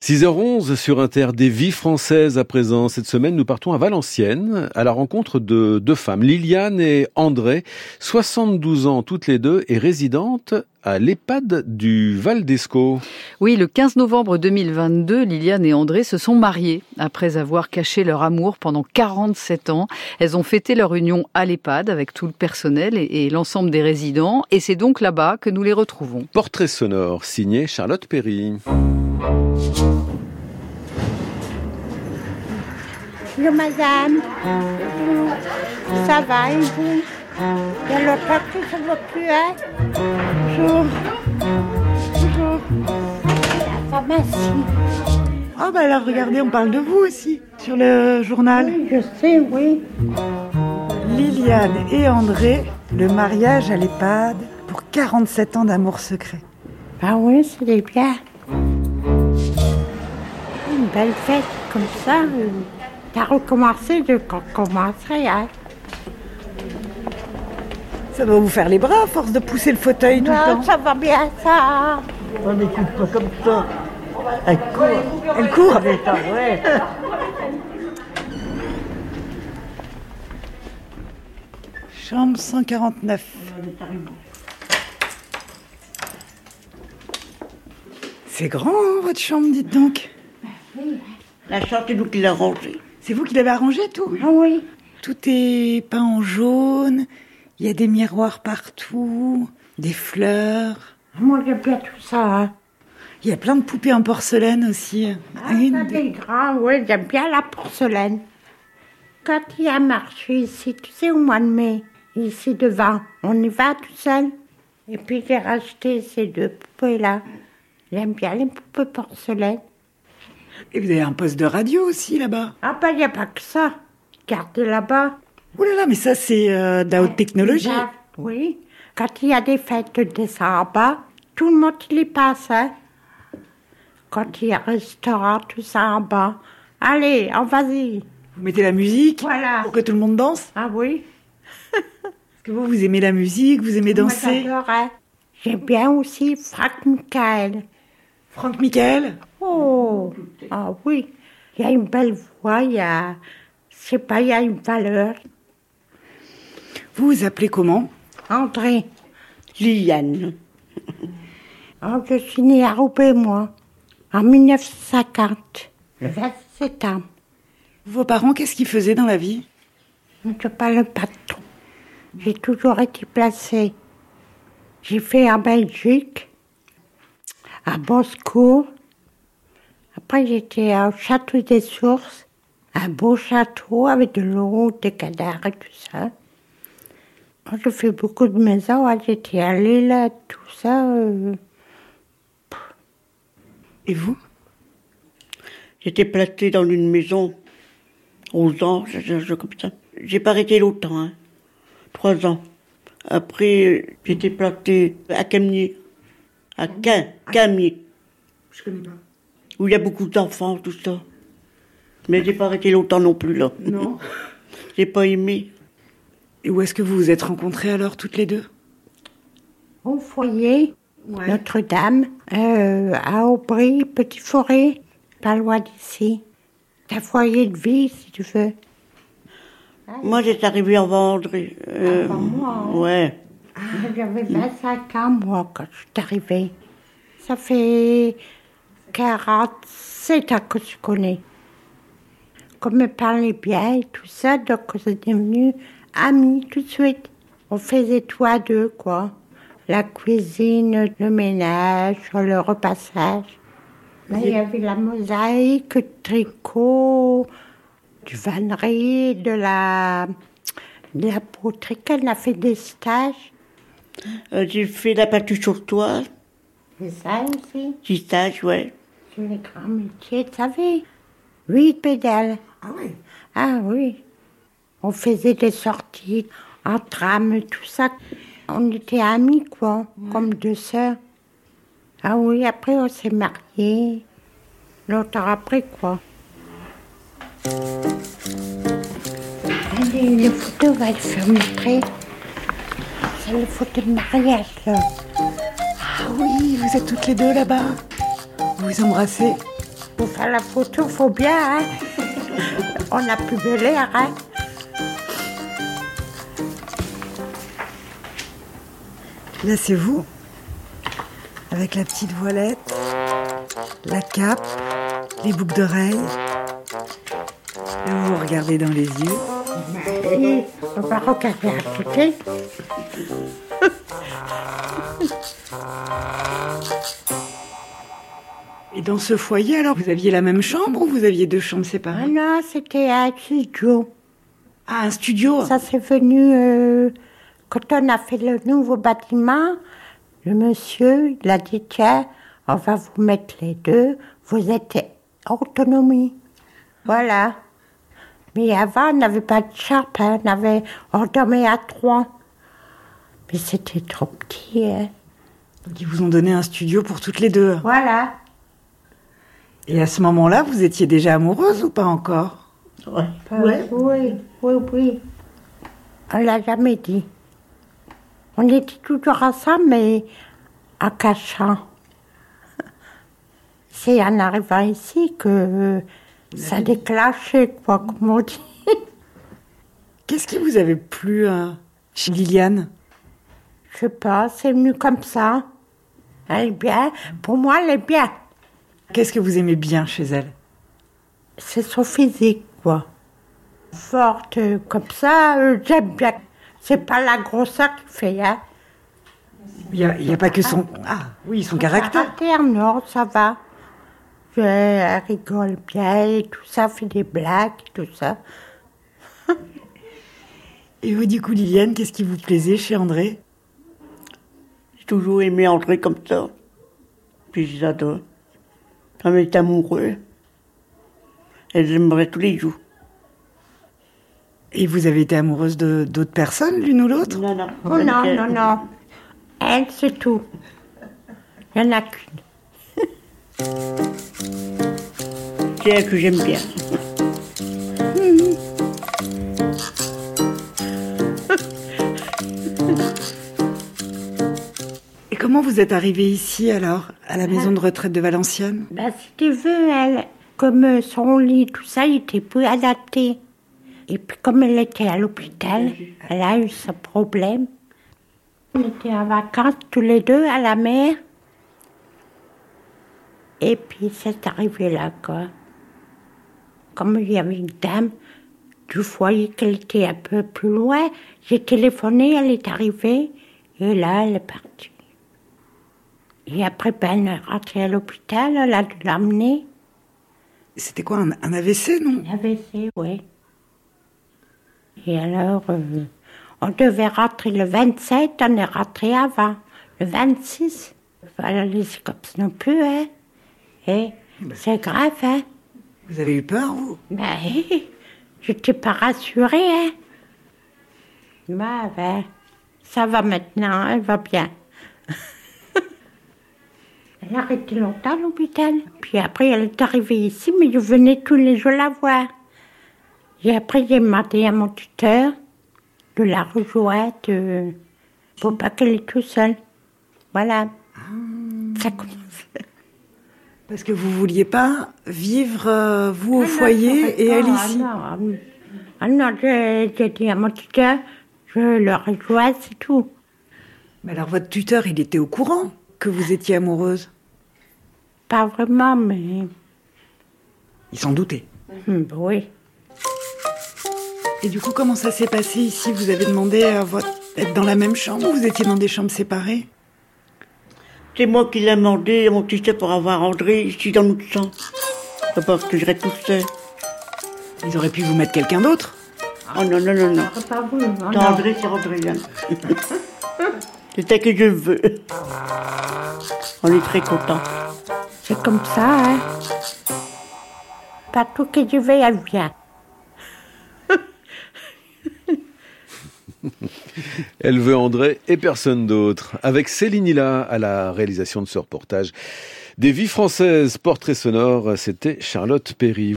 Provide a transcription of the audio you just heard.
6h11 sur Inter, des vies françaises à présent. Cette semaine, nous partons à Valenciennes à la rencontre de deux femmes, Liliane et André, 72 ans toutes les deux et résidentes à l'EHPAD du Val d'Escaut. Oui, le 15 novembre 2022, Liliane et André se sont mariés après avoir caché leur amour pendant 47 ans. Elles ont fêté leur union à l'EHPAD avec tout le personnel et l'ensemble des résidents. Et c'est donc là-bas que nous les retrouvons. Portrait sonore signé Charlotte Perry. Bonjour madame. Ça va et vous? Il y a longtemps que ça ne va plus, hein? Bonjour. Bonjour. La pharmacie. Ah bah alors regardez, on parle de vous aussi sur le journal. Oui, je sais, oui. Liliane et André, le mariage à l'EHPAD pour 47 ans d'amour secret. Ah oui, c'est bien. Une belle fête comme ça. T'as recommencé, je recommencerai, hein? Ça doit vous faire les bras à force de pousser le fauteuil tout le temps. Non, ça va bien, ça. Oh mais écoute pas comme ça. Elle court. Elle court avec toi, ouais. Chambre 149. C'est grand, hein, votre chambre, dites donc. La chambre, c'est nous qui l'avons rangée. C'est vous qui l'avez arrangé, tout? Ah oui. Tout est peint en jaune. Il y a des miroirs partout, des fleurs. Moi, j'aime bien tout ça, hein. Il y a plein de poupées en porcelaine aussi. Ah, ça, des grands, oui, j'aime bien la porcelaine. Quand il y a un marché ici, tu sais, au mois de mai, ici devant, on y va tout seul. Et puis j'ai racheté ces deux poupées-là. J'aime bien les poupées porcelaine. Et vous avez un poste de radio aussi là-bas. Ah ben, il n'y a pas que ça. Regardez là-bas. Ouh là là, mais ça c'est de la haute technologie. Là, oui. Quand il y a des fêtes de ça en bas, tout le monde y passe, hein. Quand il y a un restaurant, tout ça en bas. Allez, vas-y. Vous mettez la musique Voilà. pour que tout le monde danse. Ah oui. Est-ce que vous aimez la musique, vous aimez danser? Moi, j'adorais. J'aime bien aussi Franck Michael. Franck Michael? Oh, ah oui. Il y a une belle voix, il y a une valeur. Vous vous appelez comment? André. Liliane. Oh, je suis née à Roubaix, moi, en 1950, le 27 septembre. Vos parents, qu'est-ce qu'ils faisaient dans la vie? Je ne parle pas trop. J'ai toujours été placée. J'ai fait en Belgique, à Boscourt. Après, j'étais au Château des Sources, un beau château avec de l'eau, des cadavres et tout ça. J'ai fait beaucoup de maisons, j'étais à l'île, tout ça. Et vous? J'étais placée dans une maison, 11 ans, comme ça. J'ai pas arrêté longtemps, hein. 3 ans. Après, j'étais placée à Camnier. À Camnier. Je connais pas. Où il y a beaucoup d'enfants, tout ça. Mais j'ai pas arrêté longtemps non plus, là. Non. J'ai pas aimé. Et où est-ce que vous vous êtes rencontrées alors, toutes les deux? Au foyer, Notre-Dame, à Aubry, Petit-Forêt, pas loin d'ici. Un foyer de vie, si tu veux. Moi, j'étais arrivée en Vendres. Avant moi, hein. Ouais. J'avais 25 ans, moi, quand je suis arrivée. Ça fait 47 ans que je connais. Comme me parlait bien et tout ça, donc on est devenus amis tout de suite. On faisait tout à deux, quoi. La cuisine, le ménage, le repassage. Là, il y avait la mosaïque, le tricot, du vannerie, de la poterie. On a fait des stages. J'ai fait la peinture sur toile. C'est ça aussi. Petit stage, ouais. Sur les grands métiers, tu savais. 8 pédales. Ah oui. Ah oui. On faisait des sorties en tram, tout ça. On était amis, quoi, comme deux sœurs. Ah oui, après on s'est mariés. Longtemps après, quoi. Allez, les photos, on va les faire montrer. C'est les photos de mariage, là. Ah oui, vous êtes toutes les deux là-bas. Vous vous embrassez. Pour faire la photo, faut bien, hein. On a plus de l'air, hein. Là, c'est vous, avec la petite voilette, la cape, les boucles d'oreilles. Et vous vous regardez dans les yeux. Et on va regarder à côté. Et dans ce foyer, alors, vous aviez la même chambre ou vous aviez deux chambres Ah séparées? non, c'était un studio. Ah, un studio. Ça c'est venu quand on a fait le nouveau bâtiment. Le monsieur, il a dit, tiens, on va vous mettre les deux, vous êtes en autonomie. Voilà. Mais avant, on n'avait pas de chambre, hein. On dormait à 3. Mais c'était trop petit, hein. Donc, ils vous ont donné un studio pour toutes les deux. Voilà. Et à ce moment-là, vous étiez déjà amoureuse ou pas encore? Ouais. Oui. On l'a jamais dit. On était toujours ensemble, mais en cachant. C'est en arrivant ici que ça a déclenché, quoi, comme on dit. Qu'est-ce qui vous avait plu chez Liliane? Je sais pas, c'est venu comme ça. Elle est bien. Pour moi, elle est bien. Qu'est-ce que vous aimez bien chez elle? C'est son physique, quoi. Forte, comme ça, j'aime bien. C'est pas la grosseur qui fait, hein. Il y a pas que son... Ah, oui, son caractère. Non, ça va. Elle rigole bien et tout ça, fait des blagues et tout ça. Et vous, du coup, Liliane, qu'est-ce qui vous plaisait chez André? J'ai toujours aimé André comme ça. Puis je les adore. Quand elle est amoureux, elle aimerait tous les jours. Et vous avez été amoureuse d'autres personnes, l'une ou l'autre? Non. Oh non. Elle, c'est tout. Il n'y en a qu'une. C'est elle que j'aime bien. Et comment vous êtes arrivée ici, alors, à la maison de retraite de Valenciennes? Si tu veux, elle, comme son lit, tout ça, il était peu adapté. Et puis comme elle était à l'hôpital, elle a eu ce problème. On était en vacances tous les deux à la mer. Et puis c'est arrivé là, quoi. Comme il y avait une dame du foyer qu'elle était un peu plus loin, j'ai téléphoné, elle est arrivée. Et là, elle est partie. Et après, elle est rentrée à l'hôpital, elle a dû l'emmener. C'était quoi, un AVC, non? Un AVC, oui. Et alors, on devait rentrer le 27, on est rentré avant, le 26. Voilà, c'est comme ça non plus, hein. Et c'est grave, hein. Vous avez eu peur, vous? J'étais pas rassurée, hein. Ça va maintenant, elle va bien. Elle a arrêté longtemps à l'hôpital. Puis après, elle est arrivée ici, mais je venais tous les jours la voir. Et après, j'ai demandé à mon tuteur de la rejoindre pour pas qu'elle est toute seule. Voilà. Ça commence. Parce que vous vouliez pas vivre, vous, au foyer et elle ici? Non, j'ai dit à mon tuteur, je le rejoins, c'est tout. Mais alors, votre tuteur, il était au courant que vous étiez amoureuse? Pas vraiment, mais... Il s'en doutait? Oui. Et du coup, comment ça s'est passé ici? Vous avez demandé à être dans la même chambre ou vous étiez dans des chambres séparées? C'est moi qui l'ai demandé à mon tuteur pour avoir André ici dans notre chambre. C'est parce que je serais toute seule. Ils auraient pu vous mettre quelqu'un d'autre? Oh non. C'est pas vous, non. C'est André, c'est André. C'est ça que je veux. On est très contents. C'est comme ça, hein. Partout que je vais, elle vient. Elle veut André et personne d'autre. Avec Céline Hilla à la réalisation de ce reportage. Des vies françaises, portrait sonore, c'était Charlotte Perry.